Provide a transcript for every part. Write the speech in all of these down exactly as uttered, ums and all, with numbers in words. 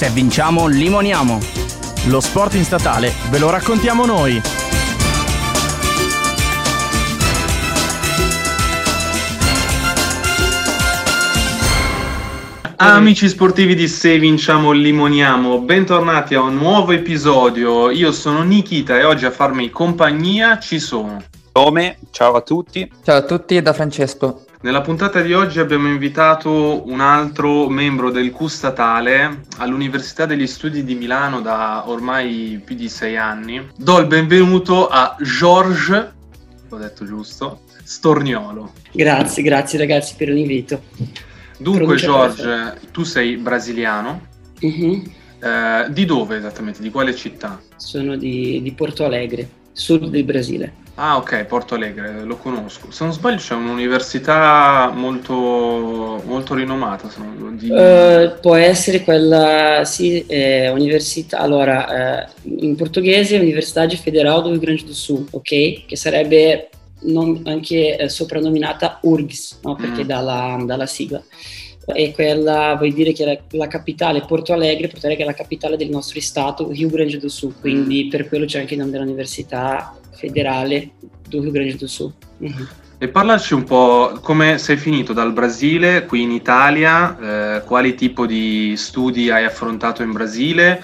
Se vinciamo, limoniamo. Lo sport in statale ve lo raccontiamo noi. Amici sportivi di Se Vinciamo Limoniamo, bentornati a un nuovo episodio. Io sono Nikita e oggi a farmi compagnia ci sono Tome, ciao a tutti. Ciao a tutti, da Francesco. Nella puntata di oggi abbiamo invitato un altro membro del Q statale all'Università degli Studi di Milano da ormai più di sei anni. Do il benvenuto a Georges, l'ho detto giusto, Storniolo. Grazie, grazie ragazzi per l'invito. Dunque Georges, tu sei brasiliano. Uh-huh. Eh, di dove esattamente? Di quale città? Sono di, di Porto Alegre, sud del Brasile. Ah ok, Porto Alegre, lo conosco. Se non sbaglio c'è un'università molto, molto rinomata. Sono di... uh, può essere quella, sì, eh, università, allora, eh, in portoghese Universidade Federal do Rio Grande do Sul, ok? Che sarebbe non, anche eh, soprannominata U R G S, no? Perché mm. dalla, dalla sigla. E quella vuol dire che la, la capitale Porto Alegre, Porto Alegre è la capitale del nostro stato, Rio Grande do Sul, quindi per quello c'è anche il nome dell'università federale do Rio Grande do Sul. Mm-hmm. E parlaci un po' come sei finito dal Brasile qui in Italia, eh, quali tipo di studi hai affrontato in Brasile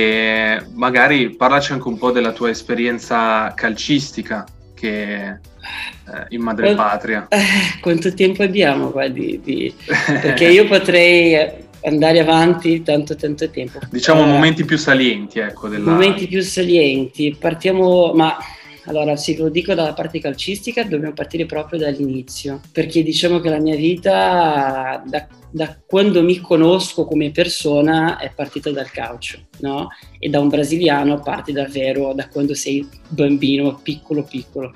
e magari parlaci anche un po' della tua esperienza calcistica che eh, in madrepatria. Eh, quanto tempo abbiamo qua di, di... perché io potrei andare avanti tanto tanto tempo. Diciamo allora, momenti più salienti, ecco. Della... Momenti più salienti, partiamo, ma allora sì, lo dico dalla parte calcistica, dobbiamo partire proprio dall'inizio, perché diciamo che la mia vita da, da quando mi conosco come persona è partita dal calcio, no? E da un brasiliano parti davvero da quando sei bambino, piccolo piccolo.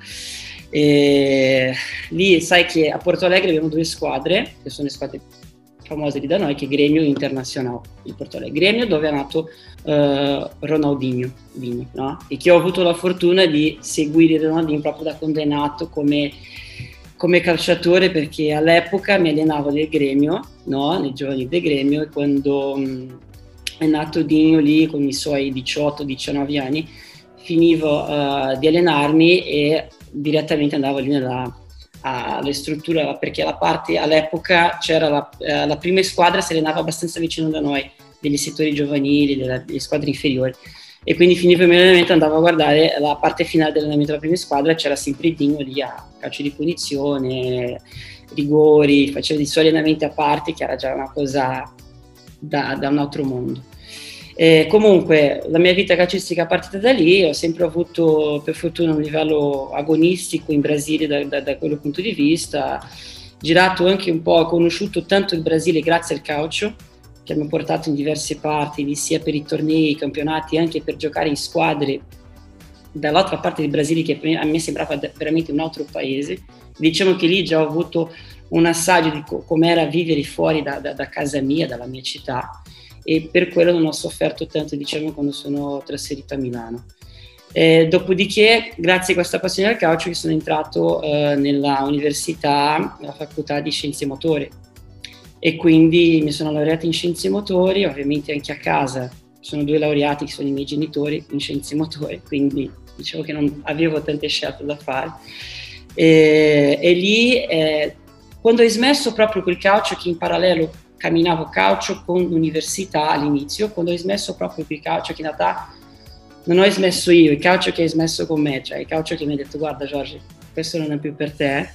E lì sai che a Porto Alegre abbiamo due squadre, che sono le squadre famose di da noi, che è Grêmio e Internacional di Porto Alegre. Grêmio dove è nato uh, Ronaldinho, Vinho, no? E che ho avuto la fortuna di seguire Ronaldinho proprio da quando è nato come, come calciatore, perché all'epoca mi allenavo del Grêmio, no? Nei giovani del Grêmio, e quando um, è nato Dinho lì con i suoi diciotto diciannove anni finivo uh, di allenarmi e direttamente andavo lì nella alle strutture, perché la parte all'epoca c'era la, eh, la prima squadra si allenava abbastanza vicino da noi, degli settori giovanili, delle, delle squadre inferiori, e quindi finivo il mio allenamento, andavo a guardare la parte finale dell'allenamento della prima squadra, c'era sempre Dinho lì a calcio di punizione, rigori, faceva dei suoi allenamenti a parte, che era già una cosa da, da un altro mondo. Eh, comunque la mia vita calcistica è partita da lì, ho sempre avuto per fortuna un livello agonistico in Brasile da, da, da quello punto di vista, girato anche un po', ho conosciuto tanto il Brasile grazie al calcio, che mi ha portato in diverse parti, sia per i tornei, i campionati, anche per giocare in squadre dall'altra parte del Brasile, che a me sembrava veramente un altro paese. Diciamo che lì già ho avuto un assaggio di co- com'era vivere fuori da, da, da casa mia, dalla mia città, e per quello non ho sofferto tanto, diciamo, quando sono trasferito a Milano. Eh, dopodiché, grazie a questa passione al calcio, che sono entrato eh, nella università, nella facoltà di scienze motorie, e quindi mi sono laureato in scienze motorie, ovviamente anche a casa. Sono due laureati che sono i miei genitori in scienze motorie, quindi diciamo che non avevo tante scelte da fare. E, e lì, eh, quando ho smesso proprio quel calcio, che in parallelo camminavo calcio con l'università all'inizio, quando ho smesso proprio quel calcio, che in realtà non ho smesso io, il calcio che hai smesso con me, cioè il calcio che mi ha detto guarda Giorgio, questo non è più per te,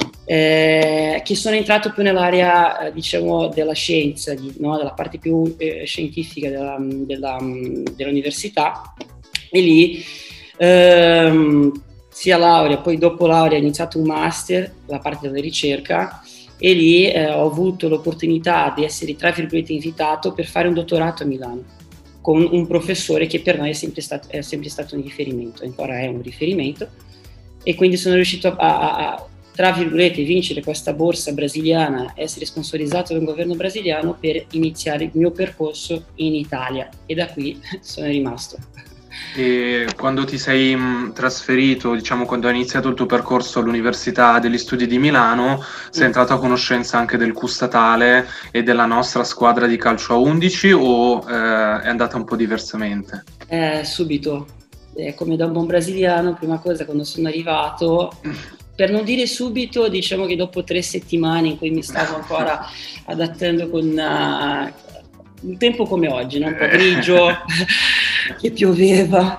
eh, che sono entrato più nell'area eh, diciamo della scienza, di, no? Della parte più eh, scientifica della, della, dell'università, e lì ehm, sia laurea, poi dopo laurea ho iniziato un master, la parte della ricerca, e lì eh, ho avuto l'opportunità di essere tra virgolette invitato per fare un dottorato a Milano con un professore che per noi è sempre stato, è sempre stato un riferimento, ancora è un riferimento, e quindi sono riuscito a, a, a tra virgolette vincere questa borsa brasiliana, essere sponsorizzato dal governo brasiliano per iniziare il mio percorso in Italia, e da qui sono rimasto. E quando ti sei mh, trasferito, diciamo quando hai iniziato il tuo percorso all'Università degli Studi di Milano, sei entrato a conoscenza anche del Q statale e della nostra squadra di calcio a undici o eh, è andata un po' diversamente? Eh, subito, eh, come da un buon brasiliano, prima cosa quando sono arrivato, per non dire subito, diciamo che dopo tre settimane in cui mi stavo ancora adattando con uh, un tempo come oggi, no? Un po' grigio, che pioveva,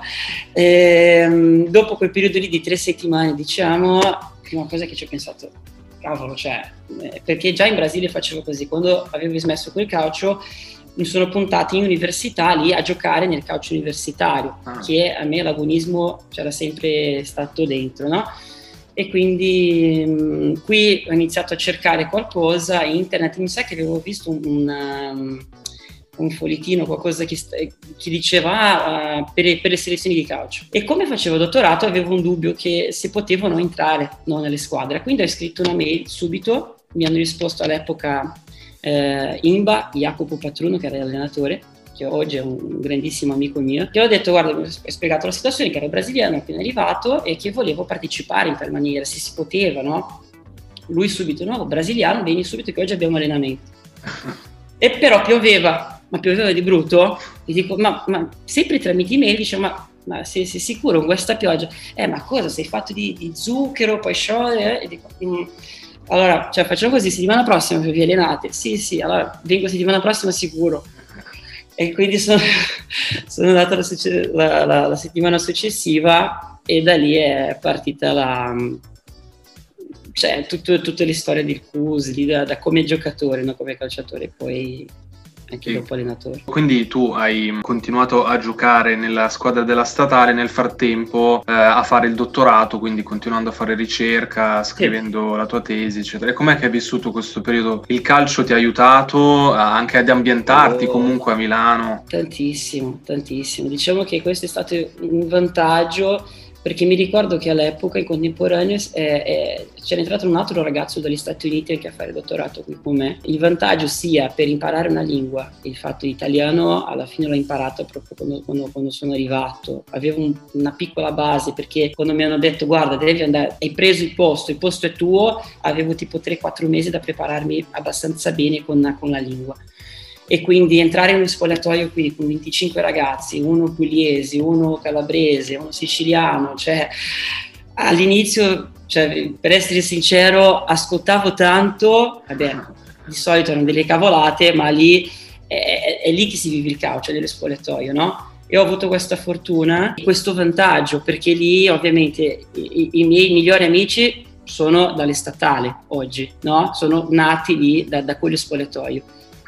e, dopo quel periodo lì di tre settimane, diciamo, prima cosa che ci ho pensato, cavolo, cioè, eh, perché già in Brasile facevo così, quando avevo smesso quel calcio mi sono puntati in università lì a giocare nel calcio universitario, ah. che a me l'agonismo c'era sempre stato dentro, no? E quindi mh, qui ho iniziato a cercare qualcosa, internet, mi sa che avevo visto un, un, um, un fogliettino, qualcosa che, che diceva uh, per, per le selezioni di calcio. E come facevo dottorato avevo un dubbio che se potevano entrare no, nelle squadre, quindi ho scritto una mail subito, mi hanno risposto all'epoca eh, Imba, Jacopo Patruno, che era l'allenatore, che oggi è un grandissimo amico mio, che ho detto, guarda, mi ho spiegato la situazione, che ero brasiliano appena arrivato e che volevo partecipare in tal maniera, se si poteva, no? Lui subito, no, brasiliano, vieni subito che oggi abbiamo allenamento. E però pioveva, ma pioveva di brutto, gli dico, ma, ma sempre tramite email, dice, ma, ma sei, sei sicuro con questa pioggia? Eh, ma cosa, sei fatto di, di zucchero, poi scioglie? E dico, mm. Allora, cioè facciamo così, settimana prossima vi allenate? Sì, sì, allora vengo settimana prossima sicuro. E quindi sono, sono andato la, la, la, la settimana successiva e da lì è partita la, cioè, tutto, tutte le storie del Q U S, lì da, da come giocatore, non come calciatore, poi anche sì. Dopo allenatore. Quindi tu hai continuato a giocare nella squadra della statale, nel frattempo eh, a fare il dottorato, quindi continuando a fare ricerca, scrivendo sì. La tua tesi, eccetera. E com'è che hai vissuto questo periodo? Il calcio ti ha aiutato anche ad ambientarti oh, comunque a Milano? Tantissimo, tantissimo. Diciamo che questo è stato un vantaggio, perché mi ricordo che all'epoca in contemporanea eh, eh, c'era entrato un altro ragazzo dagli Stati Uniti anche a fare dottorato qui con me. Il vantaggio sia per imparare una lingua, il fatto italiano alla fine l'ho imparato proprio quando, quando, quando sono arrivato, avevo un, una piccola base, perché quando mi hanno detto guarda devi andare, hai preso il posto, il posto è tuo, avevo tipo tre quattro mesi da prepararmi abbastanza bene con, con la lingua. E quindi entrare in uno spogliatoio qui con venticinque ragazzi, uno pugliese, uno calabrese, uno siciliano, cioè all'inizio, cioè, per essere sincero, ascoltavo tanto, vabbè, di solito erano delle cavolate, ma lì è, è lì che si vive il calcio, nello spogliatoio, no? E ho avuto questa fortuna, questo vantaggio, perché lì ovviamente i, i miei migliori amici sono dalle statali oggi, no? Sono nati lì da, da quello spogliatoio.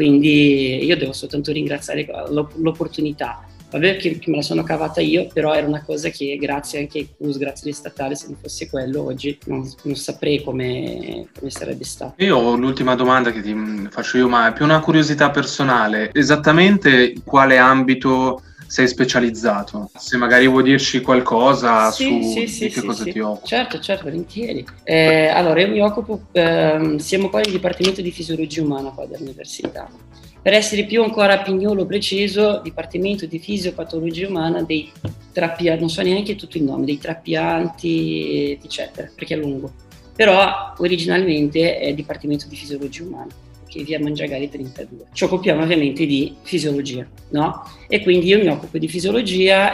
Quindi io devo soltanto ringraziare l'opportunità. Vabbè che me la sono cavata io, però era una cosa che grazie anche ai Q U S, grazie agli statali, se non fosse quello oggi non, non saprei come, come sarebbe stato. Io ho l'ultima domanda che ti faccio io, ma è più una curiosità personale. Esattamente quale ambito sei specializzato? Se magari vuoi dirci qualcosa sì, su sì, di sì, che sì, cosa sì. ti occupi. Certo, certo, volentieri. Eh, allora, io mi occupo, ehm, siamo poi nel Dipartimento di Fisiologia Umana qua dell'Università. Per essere più ancora pignolo preciso, Dipartimento di Fisiopatologia Umana dei trapianti, non so neanche tutto il nome, dei trapianti, eccetera, perché è lungo. Però originalmente è Dipartimento di Fisiologia Umana, che è via Mangiagali trentadue. Ci occupiamo ovviamente di fisiologia, no? E quindi io mi occupo di fisiologia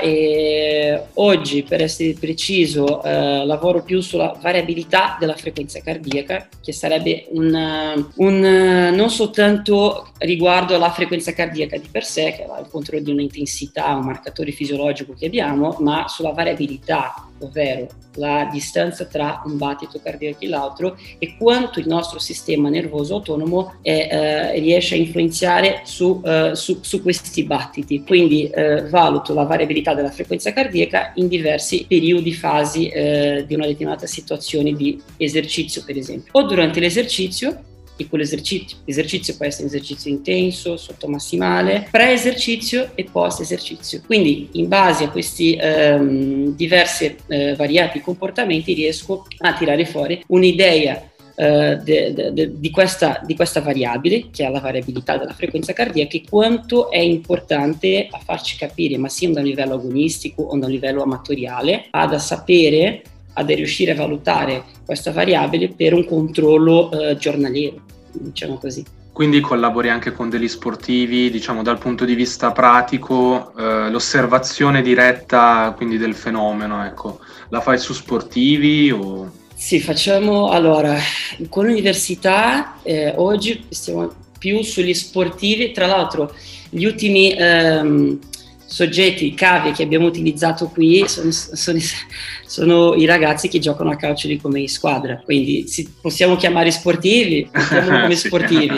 e oggi, per essere preciso, eh, lavoro più sulla variabilità della frequenza cardiaca, che sarebbe un, un non soltanto riguardo alla frequenza cardiaca di per sé, che è il controllo di un'intensità, un marcatore fisiologico che abbiamo, ma sulla variabilità, ovvero la distanza tra un battito cardiaco e l'altro e quanto il nostro sistema nervoso autonomo è, eh, riesce a influenzare su, eh, su, su questi battiti. Quindi eh, valuto la variabilità della frequenza cardiaca in diversi periodi, fasi eh, di una determinata situazione di esercizio, per esempio. O durante l'esercizio, e quell'esercizio esercizio può essere un esercizio intenso, sottomassimale, pre-esercizio e post-esercizio. Quindi in base a questi ehm, diversi eh, variati comportamenti riesco a tirare fuori un'idea eh, de, de, de, di, questa, di questa variabile, che è la variabilità della frequenza cardiaca, e quanto è importante a farci capire, ma sia da un livello agonistico o da un livello amatoriale, ad a sapere, ad riuscire a valutare questa variabile per un controllo eh, giornaliero, diciamo così. Quindi collabori anche con degli sportivi, diciamo dal punto di vista pratico, eh, l'osservazione diretta quindi del fenomeno, ecco, la fai su sportivi o... Sì, facciamo, allora, con l'università eh, oggi stiamo più sugli sportivi, tra l'altro gli ultimi ehm, soggetti, cavi che abbiamo utilizzato qui sono, sono, sono i ragazzi che giocano a calcio di come in squadra, quindi si, possiamo chiamare sportivi, chiamiamoli come sì. sportivi.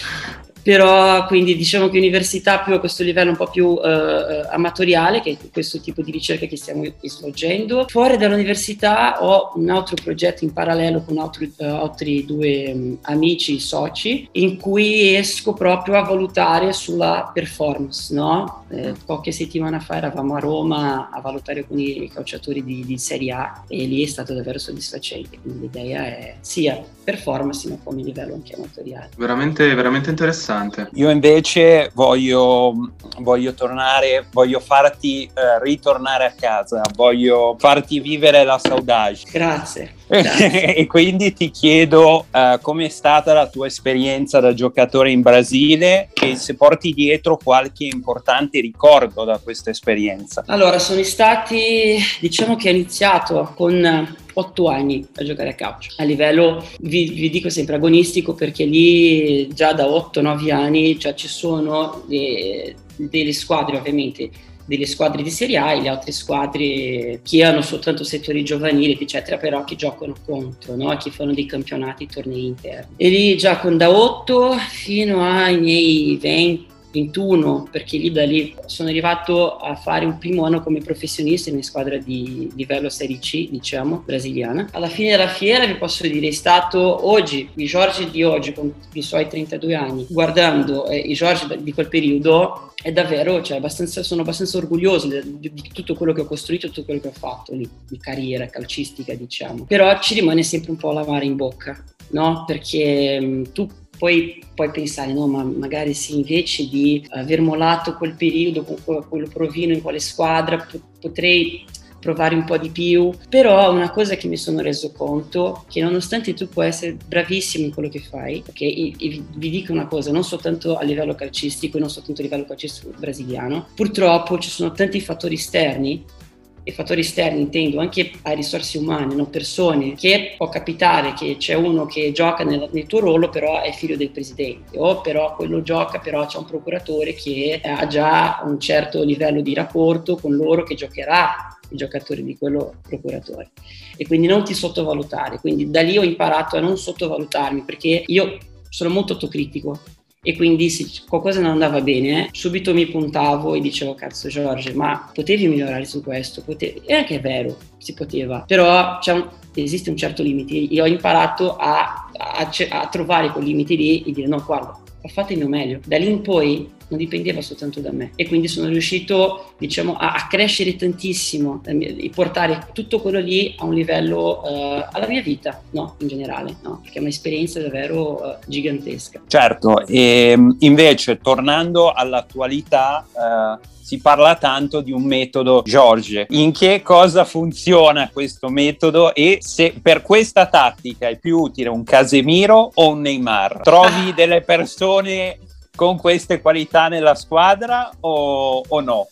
Però quindi diciamo che università più a questo livello un po' più eh, amatoriale, che è questo tipo di ricerca che stiamo svolgendo. Fuori dall'università ho un altro progetto in parallelo con altri, uh, altri due um, amici, soci, in cui esco proprio a valutare sulla performance, no? Eh, qualche settimana fa eravamo a Roma a valutare con i calciatori di, di Serie A e lì è stato davvero soddisfacente, quindi l'idea è sia performance ma come livello anche amatoriale. Veramente, veramente interessante. Io invece voglio, voglio tornare, voglio farti eh, ritornare a casa, voglio farti vivere la saudade. Grazie. Grazie. E quindi ti chiedo uh, com'è stata la tua esperienza da giocatore in Brasile e se porti dietro qualche importante ricordo da questa esperienza. Allora, sono stati, diciamo che ho iniziato con otto anni a giocare a calcio, a livello, vi, vi dico sempre agonistico, perché lì già da otto nove anni già ci sono le, delle squadre, ovviamente delle squadre di Serie A e le altre squadre che hanno soltanto settori giovanili eccetera, però che giocano contro, no? Che fanno dei campionati, tornei interni, e lì già con da otto fino ai miei venti ventuno, perché lì da lì sono arrivato a fare un primo anno come professionista in una squadra di livello Serie C, diciamo, brasiliana. Alla fine della fiera vi posso dire, è stato oggi, i Jorge di oggi, con i suoi trentadue anni, guardando eh, i Jorge di quel periodo, è davvero, cioè, abbastanza, sono abbastanza orgoglioso di, di, di tutto quello che ho costruito, tutto quello che ho fatto lì, di carriera calcistica, diciamo. Però ci rimane sempre un po' l'amaro in bocca, no? Perché mh, tu poi puoi pensare, no, ma magari se invece di aver mollato quel periodo con quello provino in quale squadra p- potrei provare un po' di più. Però una cosa che mi sono reso conto, che nonostante tu puoi essere bravissimo in quello che fai, perché e, e vi dico una cosa, non soltanto a livello calcistico e non soltanto a livello calcistico brasiliano, purtroppo ci sono tanti fattori esterni, e fattori esterni intendo anche a risorse umane, no? Persone che può capitare che c'è uno che gioca nel, nel tuo ruolo però è figlio del presidente, o però quello gioca però c'è un procuratore che ha già un certo livello di rapporto con loro che giocherà i giocatori di quello procuratore, e quindi non ti sottovalutare. Quindi da lì ho imparato a non sottovalutarmi, perché io sono molto autocritico e quindi se qualcosa non andava bene eh, subito mi puntavo e dicevo, cazzo Jorge, ma potevi migliorare su questo? Potevi. E anche è vero, si poteva, però c'è un, esiste un certo limite e ho imparato a, a, a trovare quel limite lì e dire no, guarda, ho fatto il mio meglio. Da lì in poi non dipendeva soltanto da me, e quindi sono riuscito, diciamo, a, a crescere tantissimo e portare tutto quello lì a un livello uh, alla mia vita, no, in generale, no, perché è un'esperienza davvero uh, gigantesca. Certo, e invece tornando all'attualità, uh, si parla tanto di un metodo Jorge. In che cosa funziona questo metodo e se per questa tattica è più utile un Casemiro o un Neymar? Trovi delle persone con queste qualità nella squadra o, o no?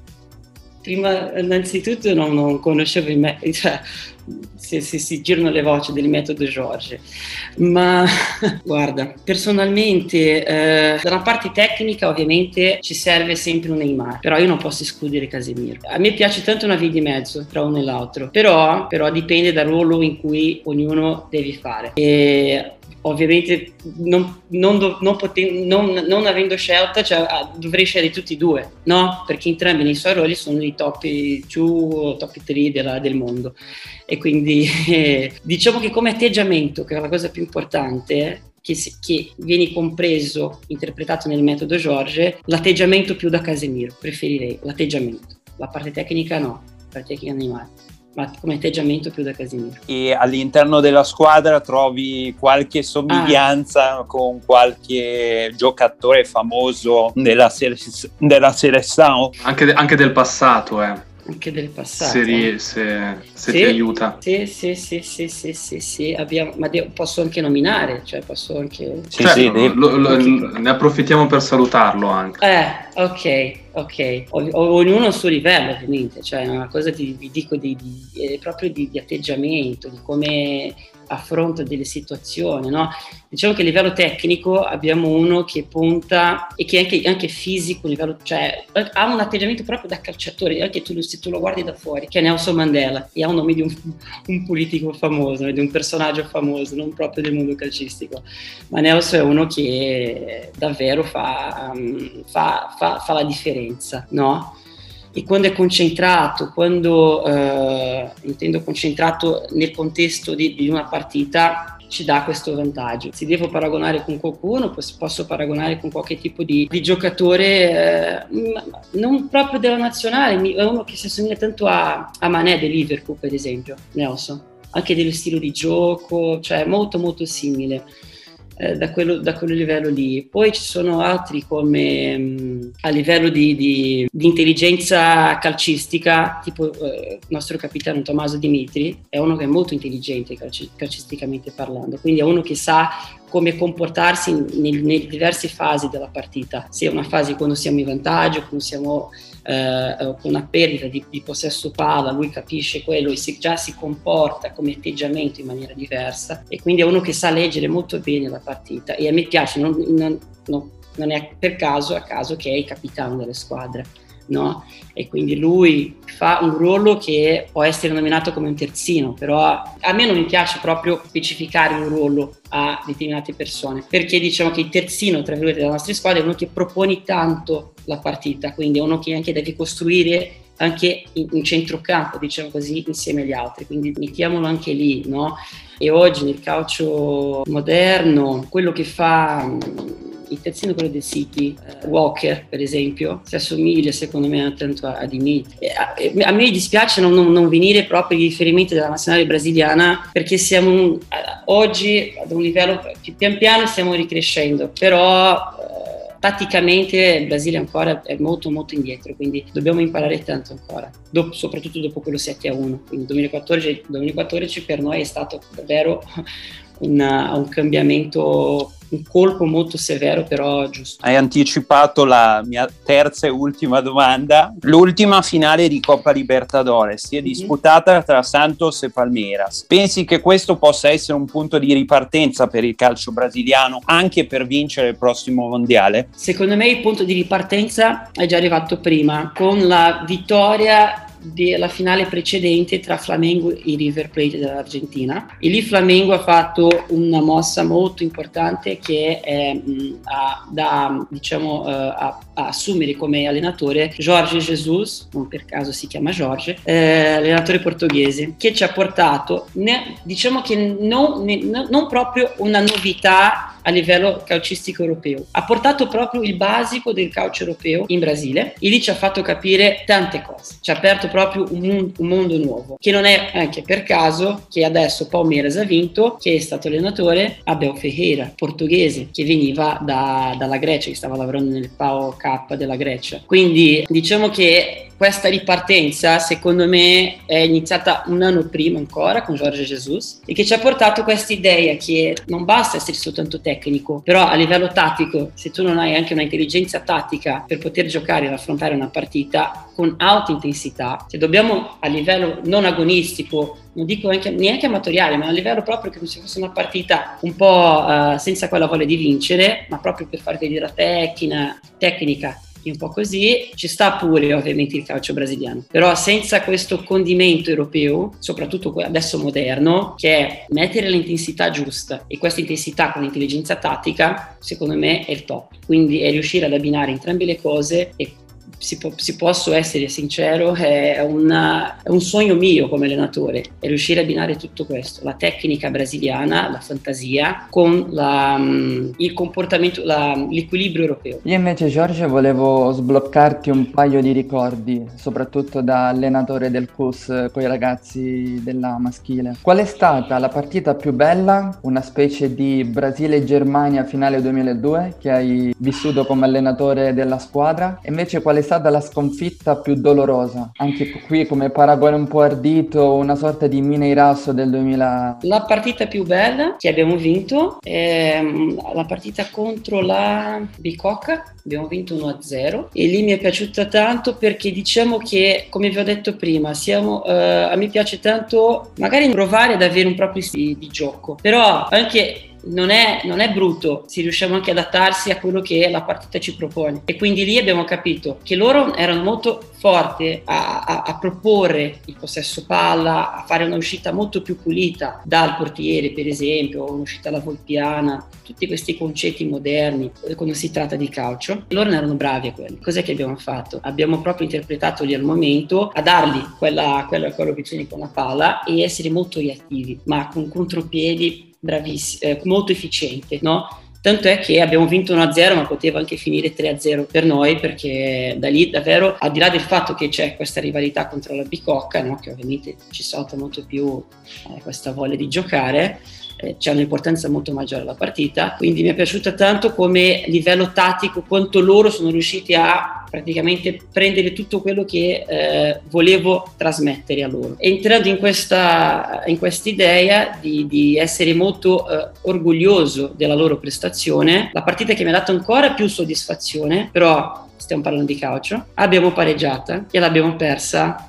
Prima, innanzitutto non, non conoscevo il metodo, cioè si, si, si girano le voci del metodo Jorge, ma guarda, personalmente eh, da una parte tecnica ovviamente ci serve sempre un Neymar, però io non posso escludere Casemiro. A me piace tanto una via di mezzo tra uno e l'altro, però, però dipende dal ruolo in cui ognuno deve fare. E ovviamente non, non, do, non, poten- non, non avendo scelta, cioè, dovrei scegliere tutti e due, no? Perché entrambi nei suoi ruoli sono i top due, top tre della, del mondo, e quindi eh, diciamo che come atteggiamento, che è la cosa più importante, che, si, che viene compreso, interpretato nel metodo Jorge, l'atteggiamento più da Casemiro, preferirei l'atteggiamento, la parte tecnica no, la parte tecnica Neymar. ma come atteggiamento più da Casemiro. E all'interno della squadra trovi qualche somiglianza ah. con qualche giocatore famoso della, sele- della Seleção? Anche, de- anche del passato, eh. Anche del passato. Se, ri- se, se sì, ti aiuta. Sì, sì, sì, sì, sì, sì, sì. Abbiamo, ma posso anche nominare, cioè posso anche... Sì, cioè, sì, lo, lo, lo, ne approfittiamo per salutarlo anche. Eh, ok, ok. O, ognuno al suo livello, ovviamente, cioè è una cosa di, vi dico di, di, di proprio di, di atteggiamento, di come affronta delle situazioni, no? Diciamo che a livello tecnico abbiamo uno che punta e che è anche, anche fisico, livello, cioè ha un atteggiamento proprio da calciatore, anche tu, se tu lo guardi da fuori, che è Nelson Mandela, e ha un nome di un, un politico famoso, di un personaggio famoso, non proprio del mondo calcistico, ma Nelson è uno che davvero fa, fa, fa, fa la differenza, no? E quando è concentrato, quando eh, intendo concentrato nel contesto di, di una partita, ci dà questo vantaggio. Se devo paragonare con qualcuno, posso paragonare con qualche tipo di, di giocatore eh, non proprio della nazionale, è uno che si assomiglia tanto a, a Mané del Liverpool, per esempio, Nelson, anche dello stile di gioco, cioè molto molto simile. Da quello, da quello livello lì. Poi ci sono altri come mh, a livello di, di, di intelligenza calcistica, tipo eh, il nostro capitano Tommaso Dimitri è uno che è molto intelligente calci- calcisticamente parlando, quindi è uno che sa come comportarsi nel, nelle diverse fasi della partita, sia una fase quando siamo in vantaggio, quando siamo eh, con una perdita di, di possesso palla, lui capisce quello e si, già si comporta come atteggiamento in maniera diversa, e quindi è uno che sa leggere molto bene la partita, e a me piace, non, non, non, non è per caso a caso che è il capitano delle squadre, no? E quindi lui fa un ruolo che può essere nominato come un terzino, però a me non mi piace proprio specificare un ruolo a determinate persone, perché diciamo che il terzino, tra virgolette, della nostra squadra è uno che propone tanto la partita, quindi è uno che anche deve costruire anche in, in centrocampo, diciamo così, insieme agli altri, quindi mettiamolo anche lì, no? E oggi nel calcio moderno quello che fa il terzino, quello del City, uh, Walker per esempio, si assomiglia secondo me tanto a, a Dimitri. E a, a me dispiace non, non, non venire proprio i riferimenti della nazionale brasiliana, perché siamo un, oggi ad un livello, pian piano stiamo ricrescendo, però uh, tatticamente il Brasile ancora è molto molto indietro, quindi dobbiamo imparare tanto ancora, dopo, soprattutto dopo quello sette a uno, quindi duemilaquattordici, duemilaquattordici per noi è stato davvero una, un cambiamento, un colpo molto severo, però giusto. Hai anticipato la mia terza e ultima domanda. L'ultima finale di Coppa Libertadores si è disputata mm-hmm. tra Santos e Palmeiras. Pensi che questo possa essere un punto di ripartenza per il calcio brasiliano, anche per vincere il prossimo mondiale? Secondo me il punto di ripartenza è già arrivato prima, con la vittoria della finale precedente tra Flamengo e River Plate dell'Argentina, e lì Flamengo ha fatto una mossa molto importante che è mh, a, da, diciamo, uh, a, a assumere come allenatore Jorge Jesus, non per caso si chiama Jorge, eh, allenatore portoghese, che ci ha portato, ne, diciamo che non, ne, non proprio una novità a livello calcistico europeo, ha portato proprio il basico del calcio europeo in Brasile, e lì ci ha fatto capire tante cose, ci ha aperto proprio un, un mondo nuovo, che non è anche per caso che adesso Palmeiras ha vinto, che è stato allenatore Abel Ferreira, portoghese, che veniva da, dalla Grecia, che stava lavorando nel P A O K della Grecia. Quindi diciamo che questa ripartenza secondo me è iniziata un anno prima ancora con Jorge Jesus, e che ci ha portato questa idea che non basta essere soltanto tecnico, però a livello tattico, se tu non hai anche una intelligenza tattica per poter giocare ed affrontare una partita con alta intensità, se dobbiamo a livello non agonistico, non dico anche, neanche amatoriale, ma a livello proprio che se fosse una partita un po' uh, senza quella voglia di vincere, ma proprio per far vedere la tecnica, tecnica un po' così, ci sta pure ovviamente il calcio brasiliano, però senza questo condimento europeo, soprattutto adesso moderno, che è mettere l'intensità giusta, e questa intensità con l'intelligenza tattica secondo me è il top, quindi è riuscire ad abbinare entrambe le cose e si, po- si posso essere sincero, è, una, è un sogno mio come allenatore, è riuscire a abbinare tutto questo, la tecnica brasiliana, la fantasia, con la, il comportamento, la, l'equilibrio europeo. Io invece, Giorgio, volevo sbloccarti un paio di ricordi, soprattutto da allenatore del C U S con i ragazzi della maschile. Qual è stata la partita più bella, una specie di Brasile-Germania finale duemiladue, che hai vissuto come allenatore della squadra? E invece qual è stata la sconfitta più dolorosa? Anche qui come paragone un po' ardito, una sorta di Mineirasso del duemila. La partita più bella che abbiamo vinto è la partita contro la Bicocca, abbiamo vinto uno a zero e lì mi è piaciuta tanto perché diciamo che, come vi ho detto prima, siamo, eh, a me piace tanto magari provare ad avere un proprio stile di gioco, però anche Non è, non è brutto se riusciamo anche ad adattarsi a quello che la partita ci propone, e quindi lì abbiamo capito che loro erano molto forti a, a, a proporre il possesso palla, a fare un'uscita molto più pulita dal portiere, per esempio, un'uscita alla volpiana, tutti questi concetti moderni quando si tratta di calcio. Loro ne erano bravi a quelli. Cos'è che abbiamo fatto? Abbiamo proprio interpretato lì al momento a dargli quella, quella, quella opzione con la palla e essere molto reattivi, ma con contropiedi bravissimo, eh, molto efficiente, no? Tanto è che abbiamo vinto uno a zero, ma poteva anche finire tre a zero per noi, perché da lì davvero, al di là del fatto che c'è questa rivalità contro la Bicocca, no? Che ovviamente ci salta molto più eh, questa voglia di giocare, eh, c'è un'importanza molto maggiore alla partita, quindi mi è piaciuta tanto come livello tattico, quanto loro sono riusciti a praticamente prendere tutto quello che eh, volevo trasmettere a loro. Entrando in questa in questa idea di, di essere molto eh, orgoglioso della loro prestazione, la partita che mi ha dato ancora più soddisfazione, però stiamo parlando di calcio, abbiamo pareggiata e l'abbiamo persa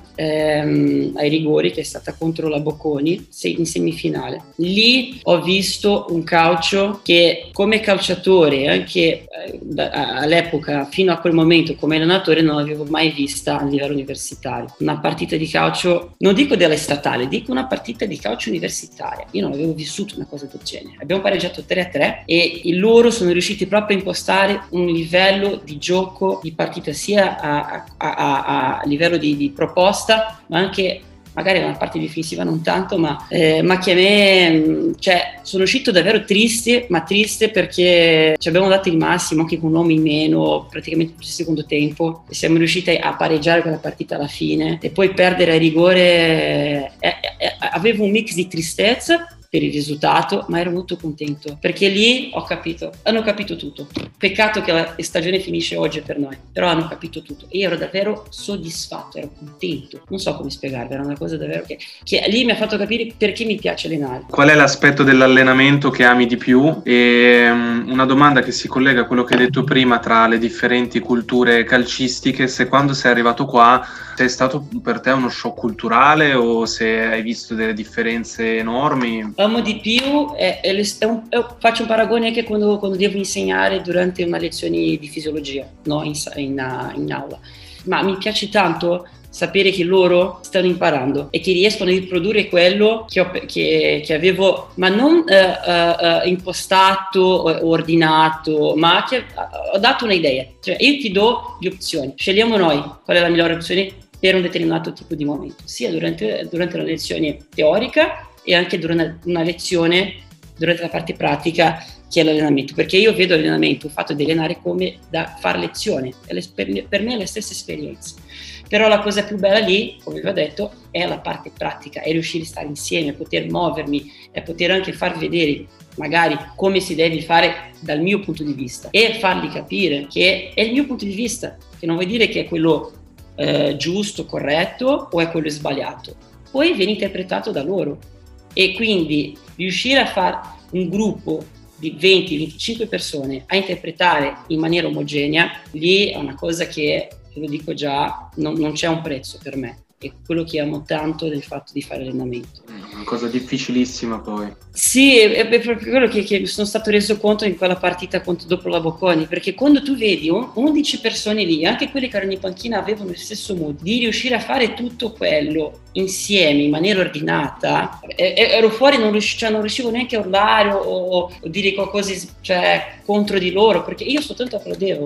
ehm, ai rigori, che è stata contro la Bocconi in semifinale. Lì ho visto un calcio che come calciatore, anche eh, da, all'epoca fino a quel momento come allenatore, non avevo mai vista a livello universitario. Una partita di calcio, non dico della statale, dico una partita di calcio universitaria. Io non avevo vissuto una cosa del genere. Abbiamo pareggiato tre a tre e loro sono riusciti proprio a impostare un livello di gioco, di partita, sia a, a, a, a livello di, di proposta, ma anche magari una parte difensiva non tanto, ma, eh, ma che a me, cioè, sono uscito davvero triste, ma triste perché ci abbiamo dato il massimo anche con un uomo in meno praticamente tutto il secondo tempo e siamo riusciti a pareggiare quella partita alla fine e poi perdere a rigore. Eh, eh, eh, avevo un mix di tristezza per il risultato, ma ero molto contento perché lì ho capito, hanno capito tutto. Peccato che la stagione finisce oggi per noi, però hanno capito tutto e io ero davvero soddisfatto, ero contento, non so come spiegarvi, era una cosa davvero che, che lì mi ha fatto capire perché mi piace allenare. Qual è l'aspetto dell'allenamento che ami di più? E um, una domanda che si collega a quello che hai detto prima tra le differenti culture calcistiche: se quando sei arrivato qua è stato per te uno shock culturale o se hai visto delle differenze enormi? Amo di più, è, è, è un, è, faccio un paragone anche quando, quando devo insegnare durante una lezione di fisiologia, no? in, in, in aula, ma mi piace tanto sapere che loro stanno imparando e che riescono a riprodurre quello che, ho, che, che avevo, ma non uh, uh, impostato o ordinato, ma che ho dato un'idea. Cioè, io ti do le opzioni, scegliamo noi qual è la migliore opzione per un determinato tipo di momento, sia durante, durante la lezione teorica e anche durante una lezione, durante la parte pratica che è l'allenamento, perché io vedo l'allenamento, il fatto di allenare come da fare lezione, per me è la stessa esperienza. Però la cosa più bella lì, come vi ho detto, è la parte pratica, è riuscire a stare insieme, a poter muovermi, a poter anche far vedere magari come si deve fare dal mio punto di vista e fargli capire che è il mio punto di vista, che non vuol dire che è quello eh, giusto, corretto o è quello sbagliato. Poi viene interpretato da loro e quindi riuscire a fare un gruppo di venti venticinque persone a interpretare in maniera omogenea, lì è una cosa che, ve lo dico già, non, non c'è un prezzo per me. È quello che amo tanto del fatto di fare allenamento. Una cosa difficilissima poi. Sì, è, è proprio quello che, che mi sono stato reso conto in quella partita contro, dopo la Bocconi, perché quando tu vedi undici persone lì, anche quelle che erano in panchina avevano il stesso modo di riuscire a fare tutto quello insieme in maniera ordinata, e, ero fuori, non riuscivo, cioè non riuscivo neanche a urlare o, o dire qualcosa, cioè, contro di loro, perché io soltanto applaudevo.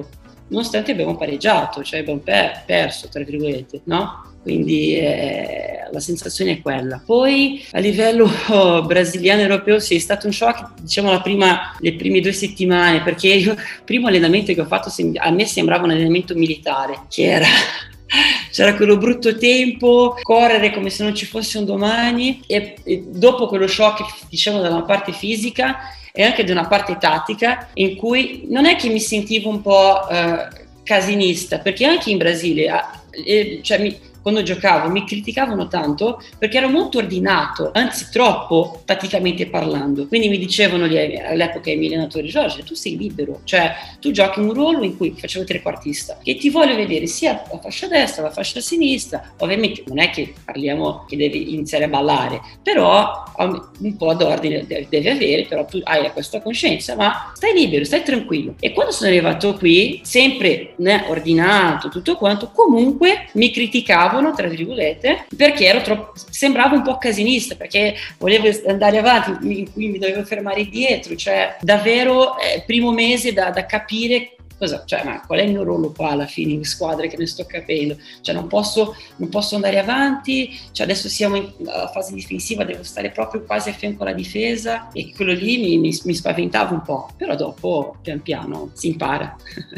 nonostante abbiamo pareggiato, cioè abbiamo per- perso, tra virgolette, no? Quindi eh, la sensazione è quella. Poi a livello oh, brasiliano europeo sì, è stato un shock, diciamo la prima, le prime due settimane, perché io, il primo allenamento che ho fatto a me sembrava un allenamento militare, che era c'era quello brutto tempo, correre come se non ci fosse un domani, e, e dopo quello shock, diciamo, da una parte fisica e anche da una parte tattica, in cui non è che mi sentivo un po' eh, casinista, perché anche in Brasile eh, cioè mi quando giocavo mi criticavano tanto perché ero molto ordinato, anzi troppo tatticamente parlando, quindi mi dicevano lì, all'epoca i miei allenatori: Giorgio, tu sei libero, cioè tu giochi un ruolo in cui facevo trequartista, che ti voglio vedere sia la fascia destra, la fascia sinistra. Ovviamente non è che parliamo che devi iniziare a ballare, però un po' d'ordine devi avere, però tu hai questa coscienza, ma stai libero, stai tranquillo. E quando sono arrivato qui, sempre né, ordinato, tutto quanto, comunque mi criticavano, tra virgolette, perché ero troppo, sembravo un po' casinista, perché volevo andare avanti, in cui mi dovevo fermare dietro, cioè davvero eh, primo mese da, da capire cosa, cioè, ma qual è il mio ruolo qua alla fine in squadra, che ne sto capendo, cioè non posso, non posso andare avanti, cioè adesso siamo in uh, fase difensiva, devo stare proprio quasi a fianco alla difesa, e quello lì mi, mi, mi spaventava un po', però dopo pian piano si impara.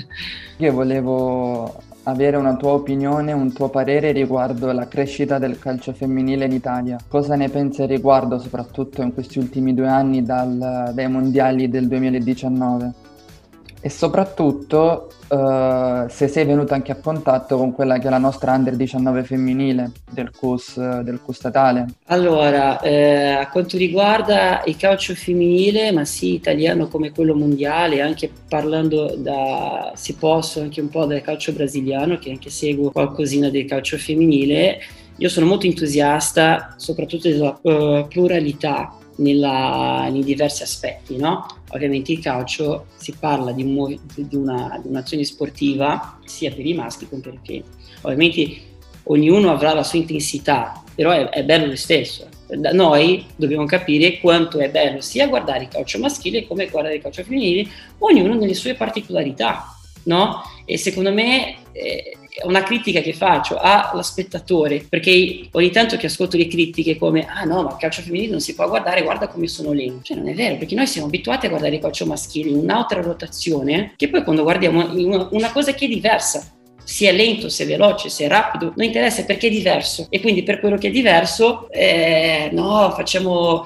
Io volevo avere una tua opinione, un tuo parere riguardo la crescita del calcio femminile in Italia. Cosa ne pensi al riguardo, soprattutto in questi ultimi due anni dal, dai mondiali del duemiladiciannove? E soprattutto uh, se sei venuto anche a contatto con quella che è la nostra under diciannove femminile del C U S, del C U S statale. Allora, eh, a quanto riguarda il calcio femminile, ma sì, italiano come quello mondiale, anche parlando da, se posso, anche un po' del calcio brasiliano, che anche seguo qualcosina del calcio femminile, io sono molto entusiasta soprattutto della uh, pluralità nella, nei diversi aspetti, no? Ovviamente il calcio si parla di, un, di, una, di un'azione sportiva sia per i maschi che per i femminili. Ovviamente ognuno avrà la sua intensità, però è, è bello lo stesso. Da noi dobbiamo capire quanto è bello sia guardare il calcio maschile come guardare il calcio femminile, ognuno nelle sue particolarità, no? E secondo me eh, una critica che faccio allo spettatore, perché ogni tanto che ascolto le critiche come ah no, ma il calcio femminile non si può guardare, guarda come sono lento, cioè non è vero, perché noi siamo abituati a guardare il calcio maschile in un'altra rotazione, che poi quando guardiamo una, una cosa che è diversa, sia lento, sia veloce, sia rapido, non interessa, perché è diverso, e quindi per quello che è diverso eh, no, facciamo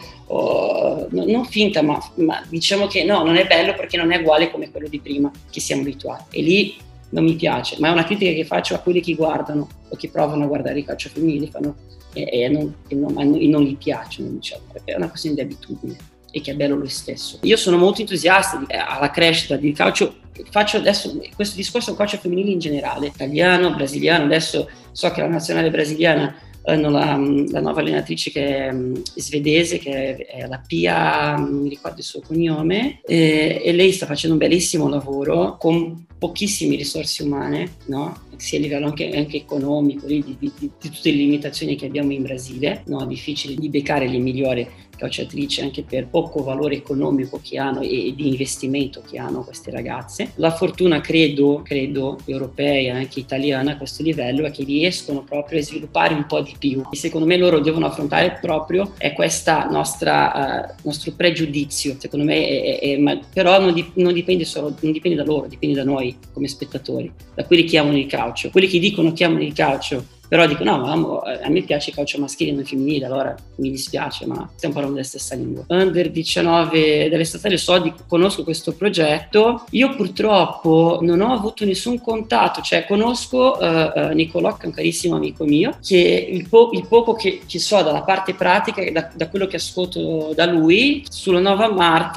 oh, no, non finta, ma, ma diciamo che no, non è bello perché non è uguale come quello di prima che siamo abituati, e lì non mi piace, ma è una critica che faccio a quelli che guardano o che provano a guardare il calcio femminile fanno, e, e, non, e, non, e non gli piacciono, diciamo, perché è una questione di abitudine e che è bello lo stesso. Io sono molto entusiasta di, alla crescita del calcio, faccio adesso questo discorso del calcio femminile in generale, italiano, brasiliano, adesso so che la nazionale brasiliana hanno la, la nuova allenatrice che è um, svedese, che è, è la Pia, non mi ricordo il suo cognome, e, e lei sta facendo un bellissimo lavoro con pochissime risorse umane, no? Sia a livello anche, anche economico, di, di, di, di tutte le limitazioni che abbiamo in Brasile, no? È difficile di beccare le migliori calciatrici anche per poco valore economico che hanno e, e di investimento che hanno queste ragazze. La fortuna, credo, credo, europea, anche italiana a questo livello, è che riescono proprio a sviluppare un po' di più, e secondo me loro devono affrontare proprio è questa nostra uh, nostro pregiudizio, secondo me è, è, è, ma, però non, di, non dipende solo, non dipende da loro, dipende da noi come spettatori, da quelli che amano il calcio, quelli che dicono che amano il calcio però dico no, ma a me piace il calcio maschile e non femminile, allora mi dispiace, ma stiamo parlando della stessa lingua. Under diciannove delle statali, so, di, conosco questo progetto, io purtroppo non ho avuto nessun contatto, cioè conosco uh, uh, Nicolò, che è un carissimo amico mio, che il, po- il poco che, che so dalla parte pratica, da, da quello che ascolto da lui, sulla Nova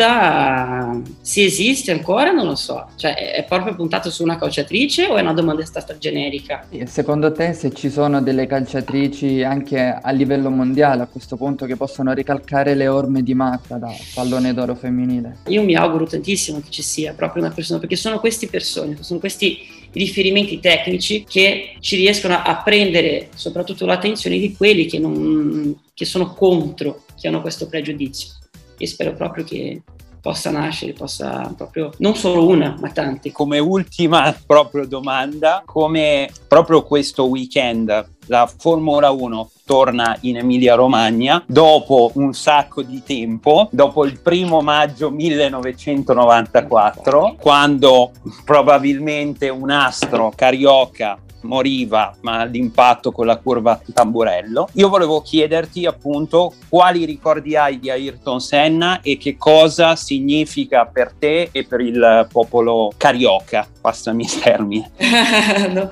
Marta, uh, se esiste ancora non lo so, cioè è, è proprio puntato su una calciatrice o è una domanda stata generica? E secondo te se ci sono delle calciatrici anche a livello mondiale a questo punto che possono ricalcare le orme di Marta da pallone d'oro femminile? Io mi auguro tantissimo che ci sia proprio una persona, perché sono queste persone, sono questi riferimenti tecnici che ci riescono a prendere soprattutto l'attenzione di quelli che, non, che sono contro, che hanno questo pregiudizio, e spero proprio che possa nascere, possa proprio, non solo una, ma tante. Come ultima proprio domanda, come proprio questo weekend la Formula uno torna in Emilia-Romagna dopo un sacco di tempo, dopo il primo maggio millenovecentonovantaquattro, quando probabilmente un astro carioca moriva ma l'impatto con la curva Tamburello. Io volevo chiederti appunto quali ricordi hai di Ayrton Senna e che cosa significa per te e per il popolo carioca, passami il termine. no.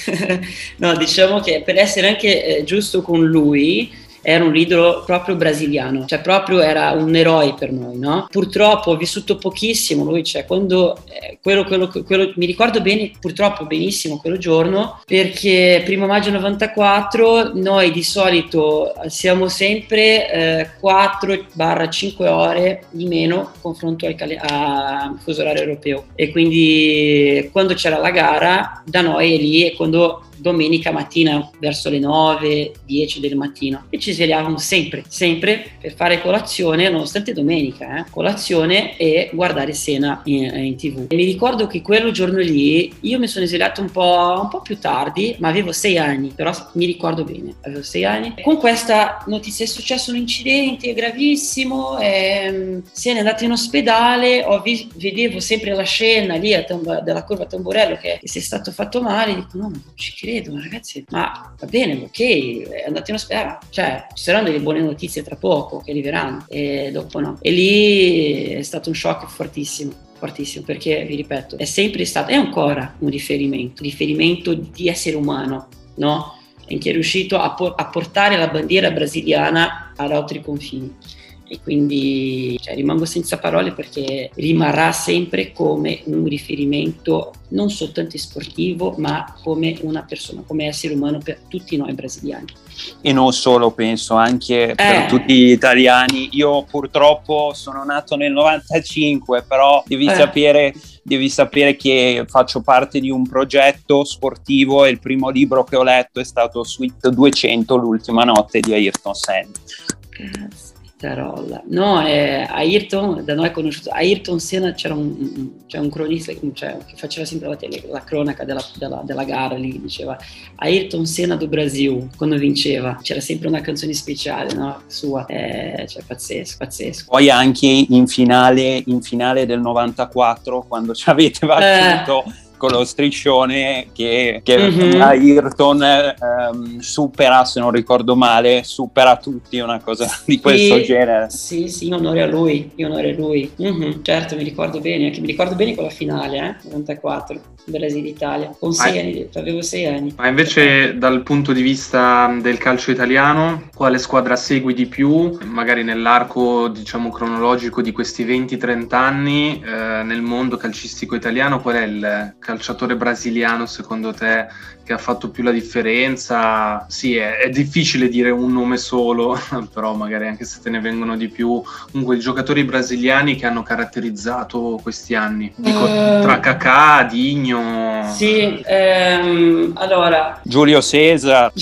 no, diciamo che per essere anche eh, giusto con lui, era un idolo proprio brasiliano, cioè proprio era un eroe per noi, no? Purtroppo ho vissuto pochissimo lui, cioè quando eh, quello, quello, quello mi ricordo bene, purtroppo benissimo quello giorno, perché primo maggio novantaquattro noi di solito siamo sempre eh, quattro cinque ore di meno confronto al cal- a fuso orario europeo, e quindi quando c'era la gara da noi è lì, e quando domenica mattina verso le nove dieci del mattino, e ci svegliavamo sempre, sempre per fare colazione, nonostante domenica, eh, colazione e guardare Senna in, in tv. E mi ricordo che quello giorno lì io mi sono svegliato un po', un po' più tardi, ma avevo sei anni, però mi ricordo bene, avevo sei anni. Con questa notizia è successo un incidente gravissimo, e, Senna è andato in ospedale, ho vis- vedevo sempre la scena lì a Tamb- della curva Tamburello che, che si è stato fatto male, dico no, non ci credo. Ma ragazzi, ma va bene, ok, è andato in ospedale, cioè ci saranno delle buone notizie tra poco che arriveranno, e dopo no. E lì è stato un shock fortissimo, fortissimo, perché vi ripeto, è sempre stato, è ancora un riferimento, riferimento di essere umano, no? E che è riuscito a, por- a portare la bandiera brasiliana ad altri confini. E quindi cioè, rimango senza parole, perché rimarrà sempre come un riferimento non soltanto sportivo, ma come una persona, come essere umano per tutti noi brasiliani. E non solo, penso anche eh. per tutti gli italiani. Io purtroppo sono nato nel novantacinque, però devi eh. sapere devi sapere che faccio parte di un progetto sportivo, e il primo libro che ho letto è stato Suite duecento, l'ultima notte di Ayrton Senna. Grazie. Rolla. No, eh, Ayrton, da noi è conosciuto, Ayrton Senna, c'era un, un, c'è un cronista cioè, che faceva sempre la, tele, la cronaca della, della, della gara lì, diceva Ayrton Senna do Brasil, quando vinceva, c'era sempre una canzone speciale, no? Sua, eh, cioè pazzesco, pazzesco. Poi anche in finale, in finale del novantaquattro, quando ci avete battuto eh. con lo striscione che, che mm-hmm. Ayrton ehm, supera, se non ricordo male, supera tutti, una cosa di questo sì, genere. Sì, sì, onore a lui, onore a lui. Mm-hmm. Certo, mi ricordo bene, anche mi ricordo bene quella finale, eh, novantaquattro, Brasile-Italia, con sei ah, anni, avevo sei anni. Ma invece dal punto di vista del calcio italiano, quale squadra segui di più? Magari nell'arco, diciamo, cronologico di questi venti trenta anni, eh, nel mondo calcistico italiano, qual è il calciatore brasiliano secondo te che ha fatto più la differenza? Sì, è, è difficile dire un nome solo, però magari anche se te ne vengono di più, comunque i giocatori brasiliani che hanno caratterizzato questi anni, dico uh, tra Kaká, Digno. Sì, ehm, allora Giulio Cesar,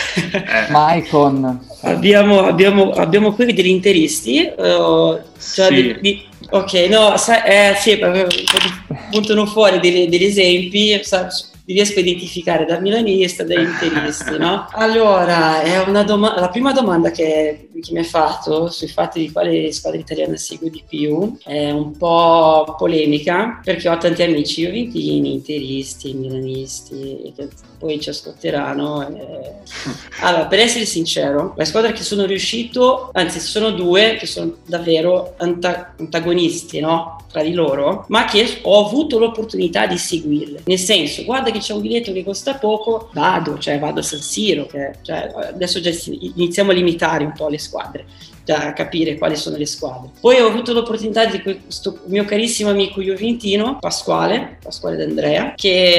eh. Maicon. Abbiamo, abbiamo, abbiamo qui degli interisti, uh, cioè sì. di, di, ok, no, sa, eh, sì, puntano fuori degli, degli esempi, sa, riesco a identificare da milanista, da interista, no? Allora, è una doma- la prima domanda che, che mi ha fatto sui fatti di quale squadra italiana seguo di più è un po' polemica, perché ho tanti amici juventini, interisti, milanisti, che poi ci ascolteranno. Eh. Allora, per essere sincero, la squadra che sono riuscito, anzi sono due che sono davvero anta- antagonisti, no? Tra di loro, ma che ho avuto l'opportunità di seguirle, nel senso, guarda che c'è un biglietto che costa poco, vado, cioè vado a San Siro, che, cioè, adesso già iniziamo a limitare un po' le squadre, a capire quali sono le squadre. Poi ho avuto l'opportunità di questo mio carissimo amico juventino, Pasquale, Pasquale D'Andrea,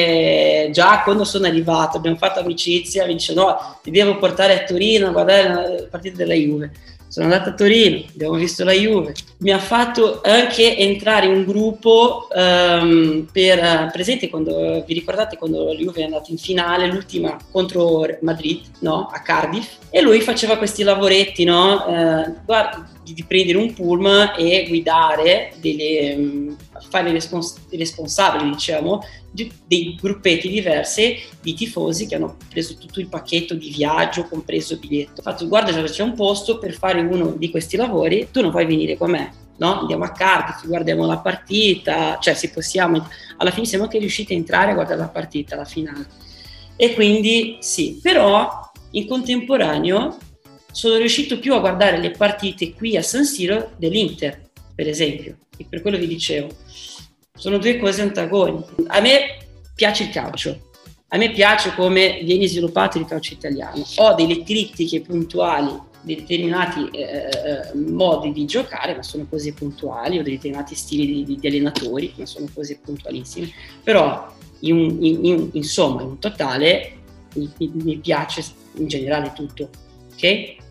che già quando sono arrivato, abbiamo fatto amicizia, mi dice no, ti devo portare a Torino a guardare la partita della Juve. sono andato a Torino, abbiamo visto la Juve, mi ha fatto anche entrare in un gruppo um, per, presente quando, vi ricordate quando la Juve è andata in finale, l'ultima contro Madrid, no? A Cardiff, e lui faceva questi lavoretti, no? Uh, guarda, di, di prendere un pullman e guidare, delle, um, fare respons- responsabili, diciamo, di, dei gruppetti diversi di tifosi che hanno preso tutto il pacchetto di viaggio, compreso il biglietto. Ho fatto, guarda, c'è un posto per fare uno di questi lavori, tu non puoi venire con me, no? Andiamo a Cardiff, guardiamo la partita, cioè se possiamo, alla fine siamo anche riusciti a entrare a guardare la partita, la finale. E quindi sì, però in contemporaneo sono riuscito più a guardare le partite qui a San Siro dell'Inter, per esempio, e per quello vi dicevo. Sono due cose antagoniche. A me piace il calcio, a me piace come viene sviluppato il calcio italiano. Ho delle critiche puntuali di determinati eh, modi di giocare, ma sono cose puntuali, o di determinati stili di, di, di allenatori, ma sono cose puntualissime. Però, in, in, in, insomma, in totale, mi, mi piace in generale tutto, ok?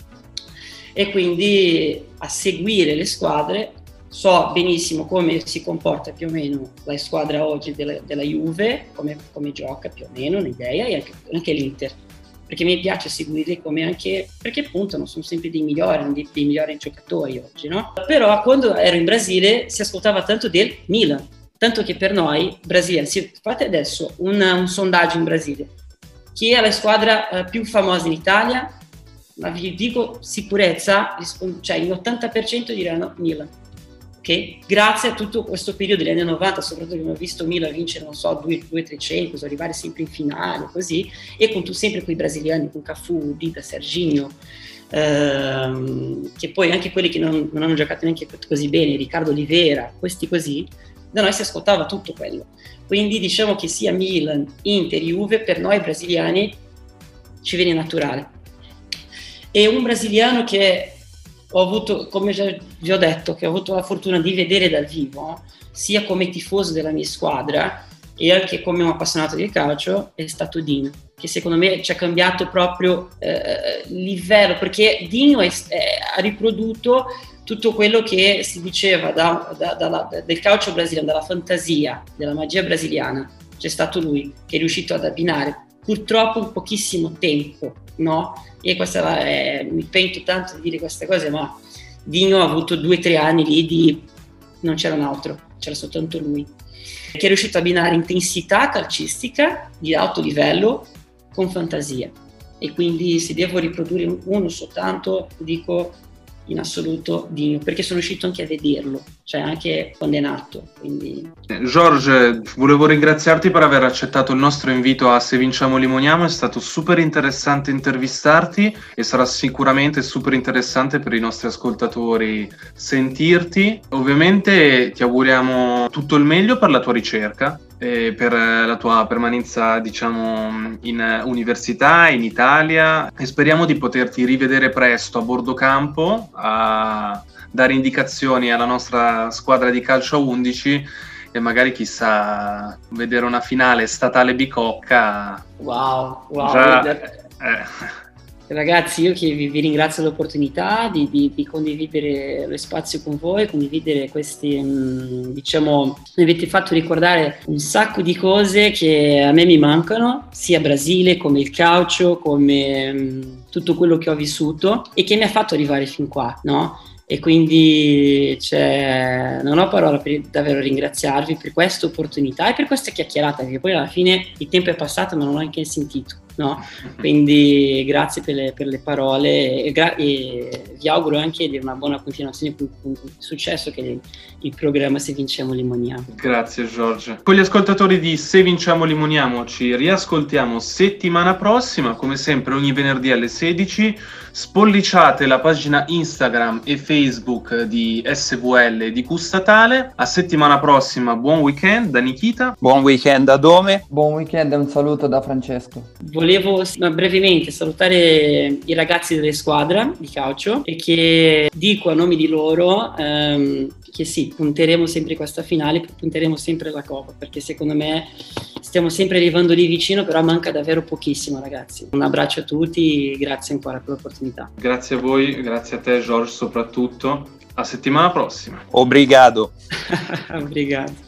E quindi a seguire le squadre so benissimo come si comporta più o meno la squadra oggi della, della Juve, come, come gioca più o meno, un'idea, e anche, anche l'Inter, perché mi piace seguirli come anche, perché puntano, sono sempre dei migliori, dei, dei migliori giocatori oggi, no? Però quando ero in Brasile si ascoltava tanto del Milan, tanto che per noi brasiliani, se fate adesso un, un sondaggio in Brasile, chi è la squadra uh, più famosa in Italia, ma vi dico sicurezza, rispond- cioè l'ottanta per cento diranno Milan. Okay? Grazie a tutto questo periodo degli anni novanta, soprattutto che abbiamo visto Milan vincere, non so, due tre cento, arrivare sempre in finale, così, e con tu sempre quei brasiliani, con Cafu, Dida, Serginho, ehm, che poi anche quelli che non, non hanno giocato neanche così bene, Riccardo Oliveira, questi così, da noi si ascoltava tutto quello. Quindi diciamo che sia Milan, Inter, Juve, per noi brasiliani ci viene naturale. E un brasiliano che ho avuto, come già vi ho detto, che ho avuto la fortuna di vedere dal vivo, sia come tifoso della mia squadra e anche come un appassionato di calcio, è stato Dino, che secondo me ci ha cambiato proprio eh, livello, perché Dino è, è, ha riprodotto tutto quello che si diceva da, da, da, da, del calcio brasiliano, dalla fantasia, della magia brasiliana. C'è stato lui che è riuscito ad abbinare, purtroppo in pochissimo tempo, no? E questa è, mi pento tanto di dire queste cose, ma Dino ha avuto due o tre anni lì di non c'era un altro, c'era soltanto lui, che è riuscito a abbinare intensità calcistica di alto livello con fantasia. E quindi se devo riprodurre uno soltanto, dico in assoluto Dino, perché sono riuscito anche a vederlo, cioè anche quando è nato. Quindi... George, volevo ringraziarti per aver accettato il nostro invito a Se Vinciamo Limoniamo, è stato super interessante intervistarti e sarà sicuramente super interessante per i nostri ascoltatori sentirti. Ovviamente ti auguriamo tutto il meglio per la tua ricerca e per la tua permanenza, diciamo, in università, in Italia, e speriamo di poterti rivedere presto a bordo campo a dare indicazioni alla nostra squadra di calcio a undici e magari, chissà, vedere una finale statale bicocca. Wow, wow. Già, eh. Ragazzi, io che vi, vi ringrazio dell'opportunità di, di, di condividere lo spazio con voi, condividere questi, mh, diciamo, mi avete fatto ricordare un sacco di cose che a me mi mancano, sia Brasile, come il calcio, come mh, tutto quello che ho vissuto e che mi ha fatto arrivare fin qua, no? E quindi cioè, non ho parole per davvero ringraziarvi per questa opportunità e per questa chiacchierata, perché poi alla fine il tempo è passato ma non l'ho neanche sentito, no? Quindi grazie per le, per le parole e, gra- e vi auguro anche di una buona continuazione con il successo che il, il programma Se Vinciamo Limoniamo. Grazie Giorgio. Con gli ascoltatori di Se Vinciamo Limoniamo ci riascoltiamo settimana prossima, come sempre ogni venerdì alle sedici. Spolliciate la pagina Instagram e Facebook di S V L e di Q Statale. A settimana prossima, buon weekend da Nikita. Buon weekend da Dome. Buon weekend e un saluto da Francesco. Volevo brevemente salutare i ragazzi delle squadre di calcio e che dico a nome di loro ehm, che sì, punteremo sempre questa finale, punteremo sempre la Coppa, perché secondo me stiamo sempre arrivando lì vicino, però manca davvero pochissimo, ragazzi. Un abbraccio a tutti, grazie ancora per l'opportunità. Grazie a voi, grazie a te George soprattutto. A settimana prossima. Obrigado. Obrigado.